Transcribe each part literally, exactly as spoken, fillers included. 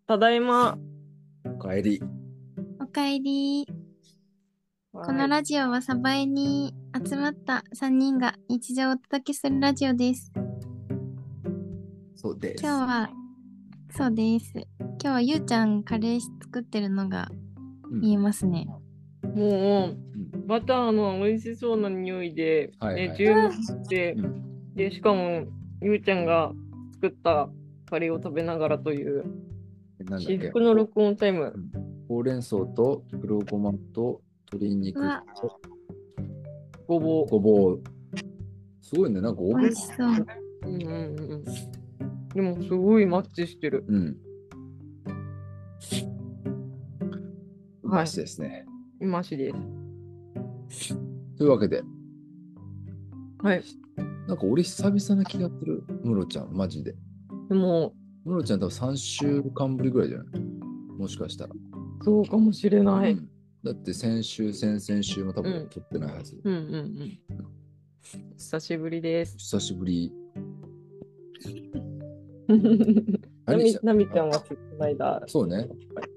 ただいま。 おかえり。 おかえり。このラジオはサバエに集まったさんにんが日常をお届けするラジオです。 そうです。 今日は、そうです。今日はゆうちゃんカレー作ってるのが見えますね。 もう、うん、バターの美味しそうな匂いで、 はいはい、 ね、注文して、うん、で、しかもゆうちゃんが作ったカレーを食べながらという、至福の録音タイム。 ほうれん草と黒ごまと鶏肉とごぼう。 ごぼう。すごいね、なんかお美味しそう。 うんうんうん。でもすごいマッチしてる。 うん。うましですね。 うましです。 というわけで。 はい。 なんか俺久々な気がする、ムロちゃん、マジで。 でも、 ムロちゃん多分さんしゅうかんぶりぐらいじゃない？もしかしたら。 そうかもしれない。うん、 だって先週、先々週も多分撮ってないはず。 うんうんうんうん久しぶりです。 久しぶり。 なみなみちゃんはこの間。 そうね。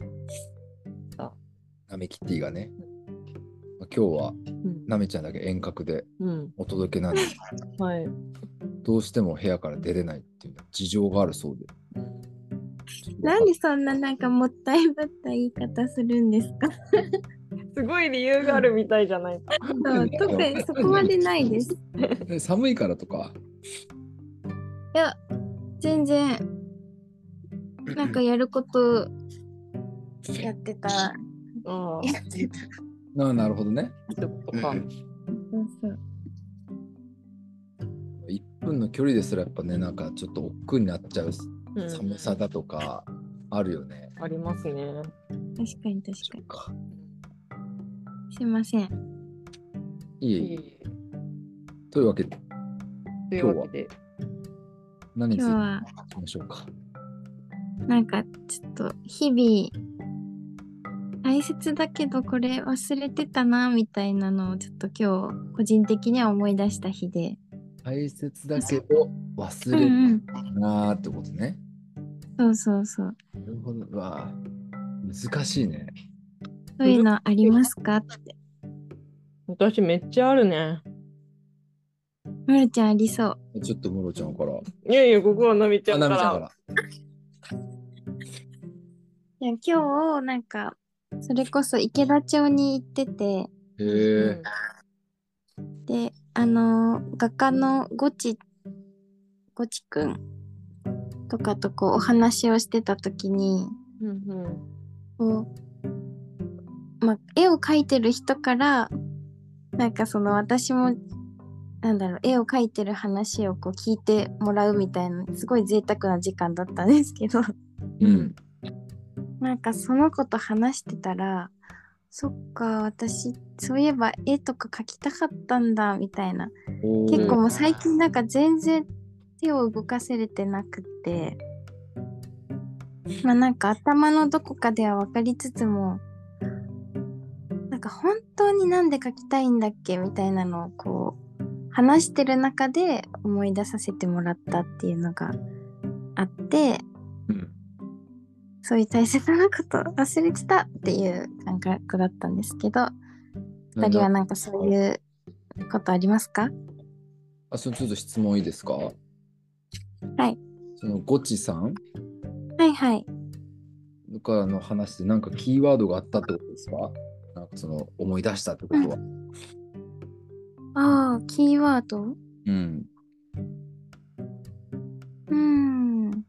なみキッティがね。今日はなみちゃんだけ遠隔でお届けなんで、 うんはい、 どうしても部屋から出れないっていう事情があるそうで。 なんでそんななんかもったいぶった言い方するんですか？ すごい理由があるみたいじゃないか。 そう、特にそこまでないです。 寒いからとか？ いや、全然、なんかやることやってた。ああやってた。 あ、なるほどね。 とか。 そうそう。 いっぷんの距離ですらやっぱね、なんかちょっと億劫になっちゃう寒さだとかあるよね。 うん、ありますね。 確かに確かに。すいません。 いえいえ。というわけで、今日は何について話しましょうか。 なんかちょっと日々大切だけどこれ忘れてたなみたいなのをちょっと今日個人的には思い出した日で。 大切だけど忘れるなーってことね。 そうそうそう。 なるほど。わ難しいね。 そういうのありますかって。 私めっちゃあるね。 ムロちゃんありそう。 ちょっとムロちゃんから。 いやいや、ここはナミちゃんから。ナミちゃんから。 いや今日なんかそれこそ池田町に行ってて。へえ。 で、あの画家のゴチゴチくんとかとこうお話をしてた時に、うんうん、こう、まあ、絵を描いてる人からなんかその私もなんだろう絵を描いてる話をこう聞いてもらうみたいなすごい贅沢な時間だったんですけど、うん、なんかその子と話してたらそっか私そういえば絵とか描きたかったんだみたいな、結構もう最近なんか全然手を動かせれてなくってまあなんか頭のどこかでは分かりつつもなんか本当になんで描きたいんだっけみたいなのをこう話してる中で思い出させてもらったっていうのがあって、うん、そういう大切なこと忘れてたっていう感覚だったんですけど、二人はなんかそういうことありますか？ あ、そのちょっと質問いいですか？はい 。 そのゴチさんはいはいからの話でなんかキーワードがあったってことですか？なんかその思い出したってことは、うん、 ああキーワードうんうーん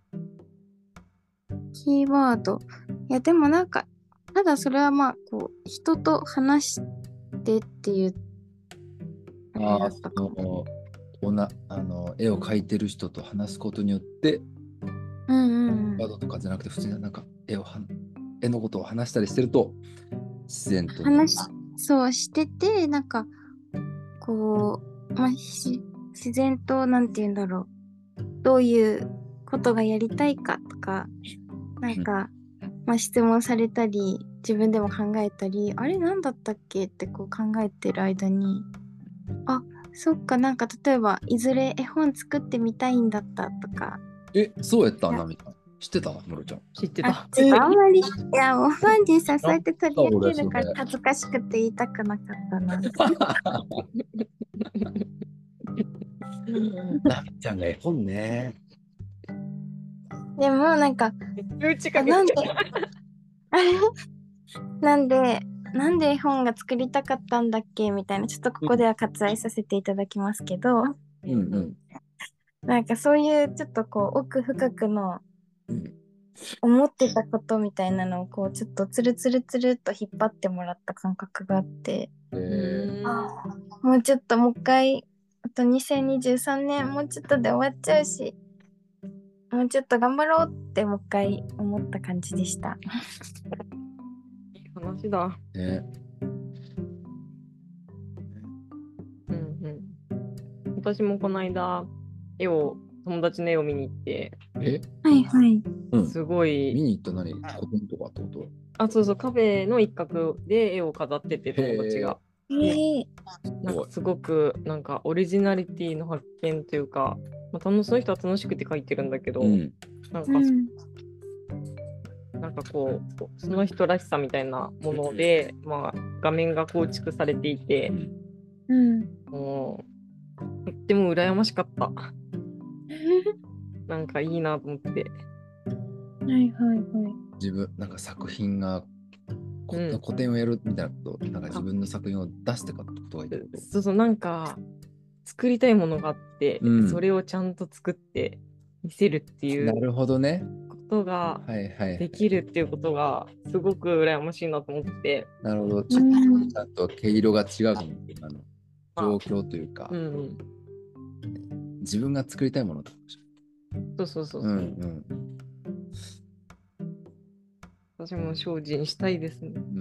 キーワードいやでもなんかただそれはまあこう人と話してっていうああそのおなあの絵を描いてる人と話すことによってうんうんうんワードとかじゃなくて普通になんか絵をは絵のことを話したりしてると自然と話そうしててなんかこう、まあ、自然となんて言うんだろうどういうことがやりたいかとかなんか、うんまあ、質問されたり自分でも考えたりあれ何だったっけってこう考えてる間にあそっかなんか例えばいずれ絵本作ってみたいんだったとかえそうやったなみたいな知ってたムロちゃん。 知ってた。 あんまり、いや、もうファンディさんそうやって取り上げるから恥ずかしくて言いたくなかったな。 ラミちゃんが絵本ね。 でもなんか、なんで、なんで、なんで絵本が作りたかったんだっけみたいな、ちょっとここでは割愛させていただきますけど、 うんうん、 なんかそういうちょっとこう奥深くの思ってたことみたいなのをこうちょっとつるつるつるっと引っ張ってもらった感覚があって、 えー、 もうちょっともう一回、あとにせんにじゅうさんねんもうちょっとで終わっちゃうし、もうちょっと頑張ろうってもう一回思った感じでした。 いい話だ。 ね。 うんうん。私もこの間絵を友達の絵を見に行って。 え？ はいはい。 すごい。 見に行った何？古典とかってこと？ あ、そうそう、カフェの一角で絵を飾ってて友達が。 へー。 なんかすごくなんかオリジナリティの発見というか、まあ、その人は楽しくて描いてるんだけど、うん、なんか、うん、なんかこうその人らしさみたいなもので、まあ、画面が構築されていて、うん、もうとっても羨ましかった。なんかいいなと思って。 はいはいはい。 自分なんか作品がうん、個展をやるみたいなこと、なんか自分の作品を出してかってことがいいってこと？ そうそう、なんか作りたいものがあって、うん、それをちゃんと作って見せるっていうなるほどねことができるっていうことがすごく羨ましいなと思って。 なるほど、ちょっとちゃんと毛色が違うかも、今の状況というか、うん、自分が作りたいものとか。 そうそうそうそう、うんうん、私も精進したいですね。うん。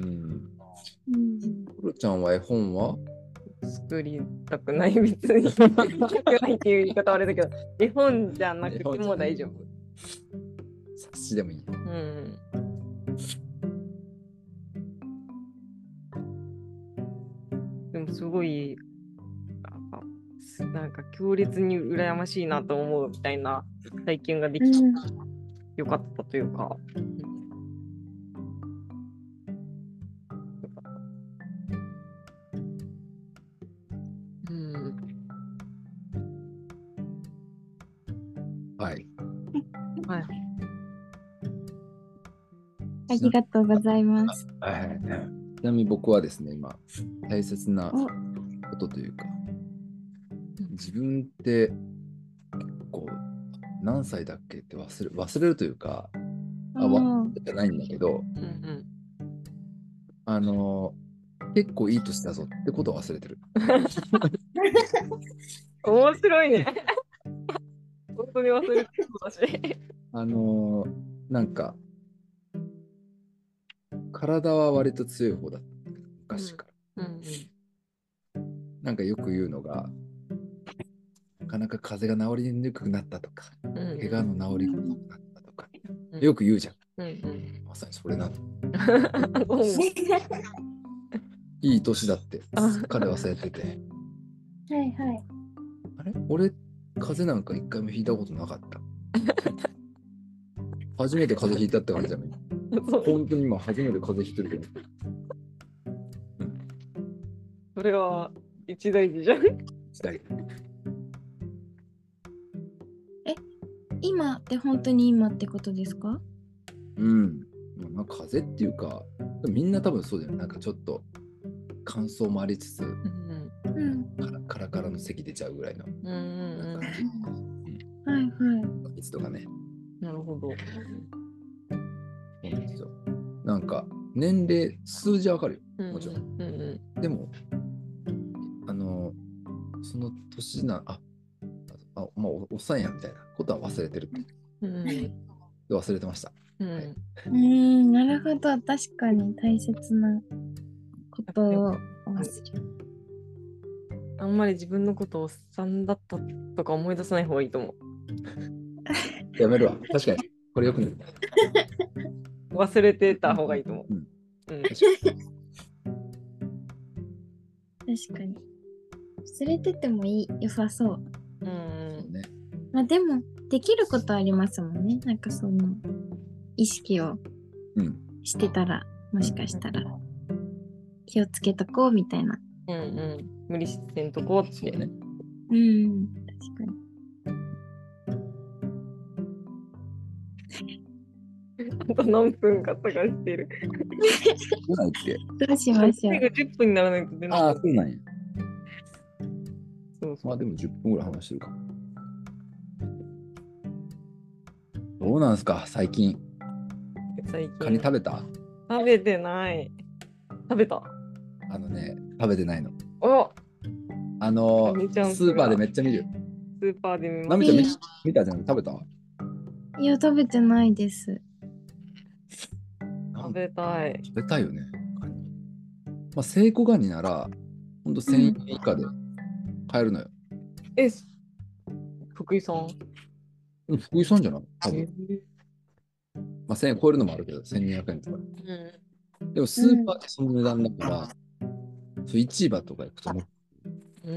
クロちゃんは絵本は作りたくない、別に。作りたくないっていう言い方はあれだけど、絵本じゃなくても大丈夫。 冊子でもいい。うん。 でもすごい、なんか強烈に羨ましいなと思うみたいな体験ができてよかったというか。うん。 はい。 はい。 ありがとうございます。 はいはいはい、ちなみに僕はですね、今、大切なことというか、自分って結構何歳だっけって忘れ忘れるというか、あ、忘れてないんだけど、うんうん、あの、結構いい年だぞってことを忘れてる。 面白いね。本当に忘れてることだし。 あの、なんか、体は割と強い方だった、昔から、うんうんうん。なんかよく言うのが、なかなか風邪が治りにくくなったとか、うんうん、怪我の治りにくくなったとか、うん、よく言うじゃん。うんうん、まさにそれなの。いい年だって彼忘れてて。 はいはい。 あれ俺、風邪なんか一回もひいたことなかった。初めて風邪ひいたって感じじゃない。本当に今初めて風邪ひいてるけど。 うん、それは一大事じゃん。一大事。 え、今って本当に今ってことですか？ うん。まあ、風邪っていうか、みんな多分そうだよね。なんかちょっと乾燥もありつつ、うんうん、カラカラカラの咳出ちゃうぐらいの感じ。うんうん、 はいはい。 密度がね。 なるほど。 そうなんですよ。なんか年齢、数字はわかるよ。もちろん。うんうんうん、でも、あの、その年な、あ、あまあ、おっさんやみたいなことは忘れてるって。うんうん、忘れてました。 うんはい、うん、なるほど。確かに大切なことを忘れる。 あんまり自分のことをおっさんだったとか思い出さない方がいいと思う。 やめるわ。確かに。これよくない。 忘れてた方がいいと思う。うんうん、確かに。忘れててもいい良さそう。うん。ね、まあでも、 できることありますもんね。なんかその意識をしてたら、うん、もしかしたら気をつけとこうみたいな。 うんうん。無理してんとこうってね。 うん、確かに。 あと何分か探してる。 どうなんっけ？ どうしましょう。 最後じゅっぷんにならないと出ない。 ああ、そうなんや。 そうそう。 まあでもじゅっぷんぐらい話してるか。どうなんすか、最近。 最近。 カニ食べた？ 食べてない。食べた？ あのね、食べてないの。 おあの、スーパーでめっちゃ見る。 スーパーで見ます。ナミちゃん見、見たじゃん。食べた？ いや、食べてないです。 食べたい。 食べたいよね。カニ。まあ、セイコガニなら、ほんとせんえん以下で買えるのよ。 うん、え、福井さん？ うん、福井さんじゃない？多分。まあ、せんえん超えるのもあるけど、せんにひゃくえんとか。うん、でもスーパーってその値段だから、うん、そう市場とか行くと思う。うん。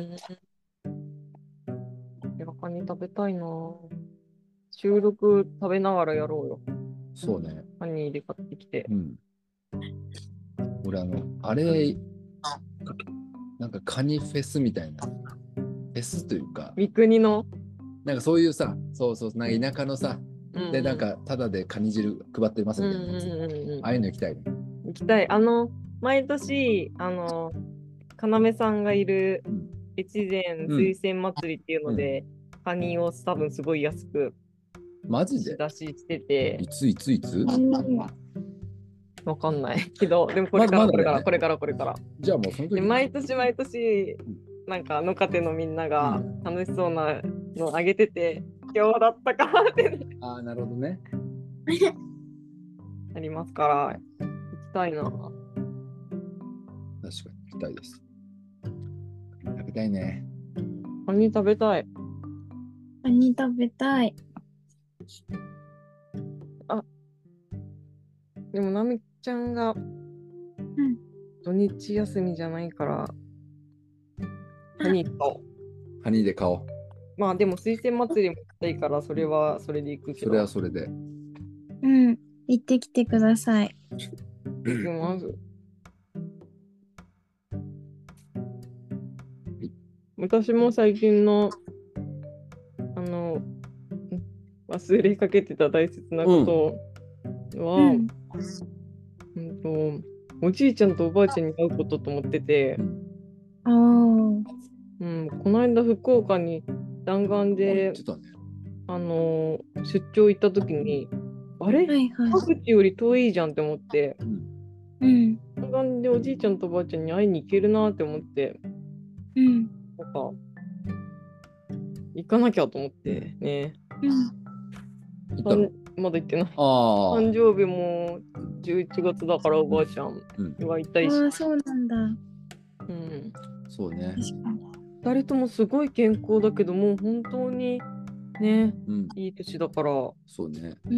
いや、カニ食べたいな。収録食べながらやろうよ。 そうね。 カニ入れ買ってきて。 うん。俺、あの、あれ、なんかカニフェスみたいな。フェスというか。 三国のなんかそういうさ、そうそう、なんか田舎のさ、うんうん、で、なんかタダでカニ汁配ってますみたいなやつ。うんうんうん、ああいうの行きたいね。 行きたい。あの、毎年、あの、要さんがいる越前水仙祭りっていうので、うんうん、カニを多分すごい安くマジで出ししてて。 いついついつわかんないけど、でもこれからこれから、これからこれから。 じゃあもうその時で毎年毎年、なんか野家のみんなが楽しそうなのをあげてて、今日だったかって、ね。 ああ、なるほどね。 ありますから、行きたいな。確かに行きたいです。食べたいね。 カニ食べたい。 カニ食べたい。 あ、でもなみちゃんが土日休みじゃないから、カニ買おう。 カニで買おう。 まあでも水仙祭りも行きたいから、それはそれで行くけど。 それはそれで。 うん、行ってきてください。 行きます。私も最近のあの忘れかけてた大切なことは、うんうんと、おじいちゃんとおばあちゃんに会うことと思ってて、 あ、 うん、この間福岡に弾丸で、 ね、 あの出張行った時に、あれ、 はいはい、 各地より遠いじゃんって思って、 うん、 弾丸でおじいちゃんとおばあちゃんに会いに行けるなって思って、 うん、 なんか行かなきゃと思ってね。 うん、 行ったの？ まだ行ってない。 ああ。 誕生日もじゅういちがつだからおばあちゃんは行ったりし、 うん、ああ、そうなんだ。 うん。 そうね。 ふたりともすごい健康だけど、もう本当にね、うん、いい年だから。 そうね。 うん。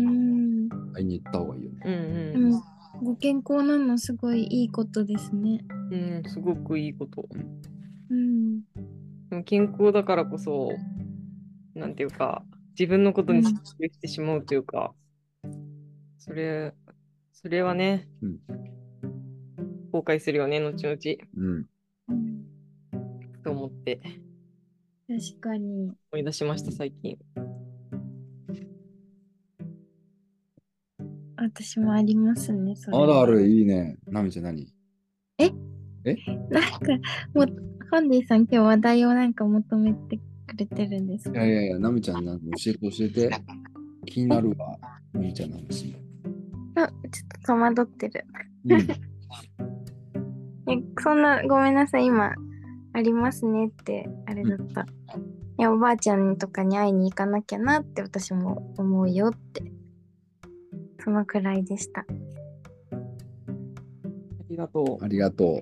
会いに行った方がいいよね。 うんうん。 うん、ご健康なのすごいいいことですね。 うん、すごくいいこと。 うん。 でも健康だからこそ、なんていうか、自分のことに集中してしまうというか、うん、それ、それはね、うん、後悔するよね、後々。うん。と思って。 確かに。 思い出しました、最近。 私もありますね、それ。 あるある、いいね。なみちゃん何？ ええなんか、もう、ファンディさん今日話題をなんか求めてくれてるんですか？ いやいやいや、なみちゃんなんか教えて教えて。気になるわ、なみちゃんの話。 あ、ちょっと戸惑ってる。うん、えそんな、ごめんなさい、今、ありますねって、あれだった。うん、いや、おばあちゃんとかに会いに行かなきゃなって私も思うよって。そのくらいでした。ありがとう。 ありがと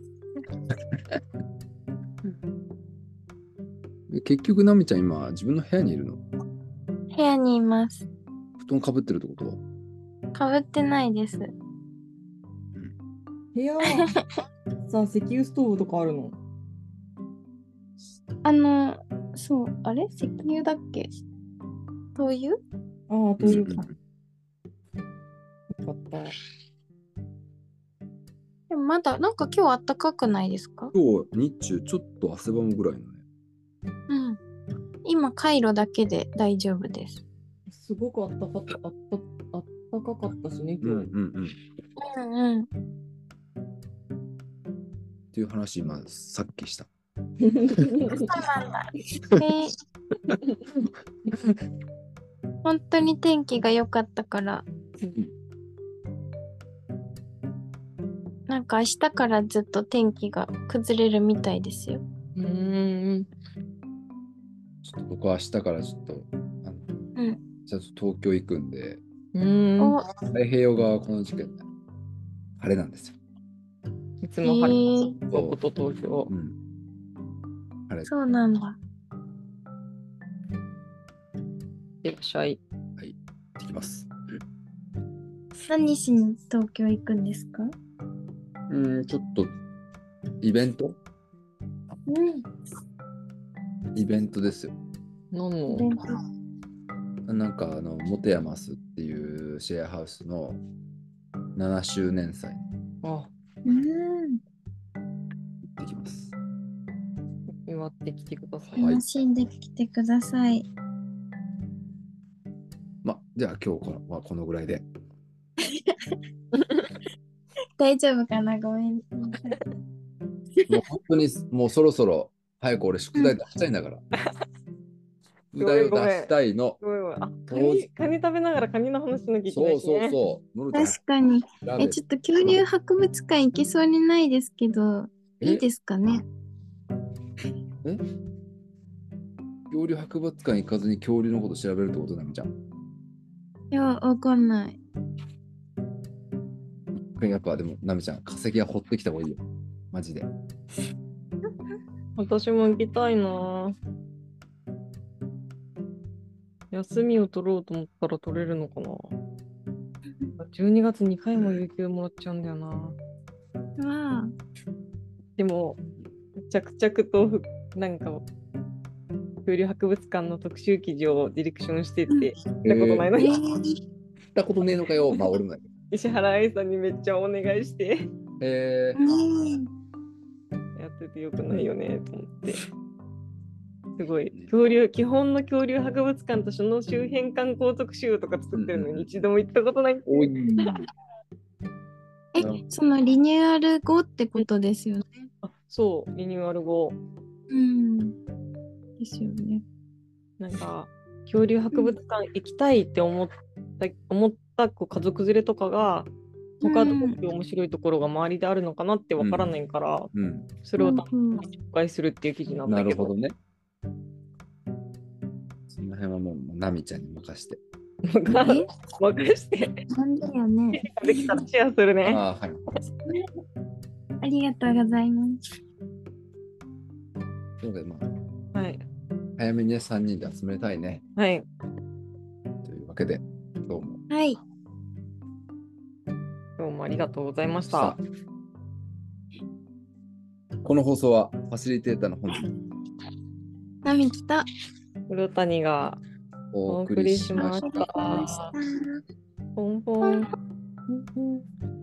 う。結局、なみちゃん今、自分の部屋にいるの？ 部屋にいます。 布団かぶってるってことは？ かぶってないです。 部屋さあ、石油ストーブとかあるの？ あの、そう、あれ石油だっけ？ 灯油？ ああ、灯油か。よかった。 でもまだなんか今日暖かくないですか？ 今日日中ちょっと汗ばむぐらいのね。 うん。今カイロだけで大丈夫です。 すごくあったかったあったあったかかったしね今日。 うんうんうん。 うんうん。 っていう話今さっきした。 そうなんだ。ね。本当に天気が良かったから。うんなんか明日からずっと天気が崩れるみたいですよ。 うーん。 ちょっと僕は明日からちょっと、あの、うん、じゃあ東京行くんで、 うーん。 太平洋側はこの時期晴れなんですよ。 いつも晴れのこと東京。うん。 晴れ。そうなんだ。 いらっしゃい。 はい、行ってきます。 何しに東京行くんですか？ うん、ちょっとイベント、うん、イベントですよ。 何の？ なんかあのモテヤマスっていうシェアハウスのななしゅうねん祭。あ、うん。行ってきます。 祝ってきてください。 楽しんできてください。 ま、じゃあ今日はこのぐらいで。 大丈夫かな、ごめん。もう本当にもうそろそろ早く俺宿題出したいんだから。宿題を出したいの。 あ、カニ、カニ食べながらカニの話しなきゃいけない、ね。 そうそうそう。 確かに。え、ちょっと恐竜博物館行けそうにないですけど、いいですかね。 え恐竜博物館行かずに恐竜のこと調べるってことなのじゃん。いや、わかんない。 やっぱでも、ナミちゃん、化石は掘ってきた方がいいよ。マジで。 私も行きたいな。休みを取ろうと思ったら取れるのかな。じゅうにがつにかいも有給もらっちゃうんだよな。わあ。でも、着々となんか、恐竜博物館の特集記事をディレクションしてって言ったことないのに。 えー、言ったことねえのかよ。まあ、俺もない。 石原愛さんにめっちゃお願いして、えー、やっててよくないよねと思って。すごい恐竜、基本の恐竜博物館とその周辺観光特集とか作ってるのに一度も行ったことない。おいえ、そのリニューアル後ってことですよね。 あ、そう、リニューアル後。 うん。ですよね。 なんか恐竜博物館行きたいって思った、うん、思ったこう家族連れとかが他どういう面白いところが周りであるのかなってわからないから、うんうん、それを紹介するっていう記事なんだけど。 なるほどね。その辺はもうナミちゃんに任して。 任して。 なんでやね。 できたらシェアするね。 あ、はい、 ありがとうございます。 というわけで、まあ、 はい、 早めにね、さんにんで集めたいね。 はい。 というわけで、どうも。 はい。 どうもありがとうございました。 この放送はファシリテーターの本日、 ナミキと黒谷がお送りしました。ポンポン。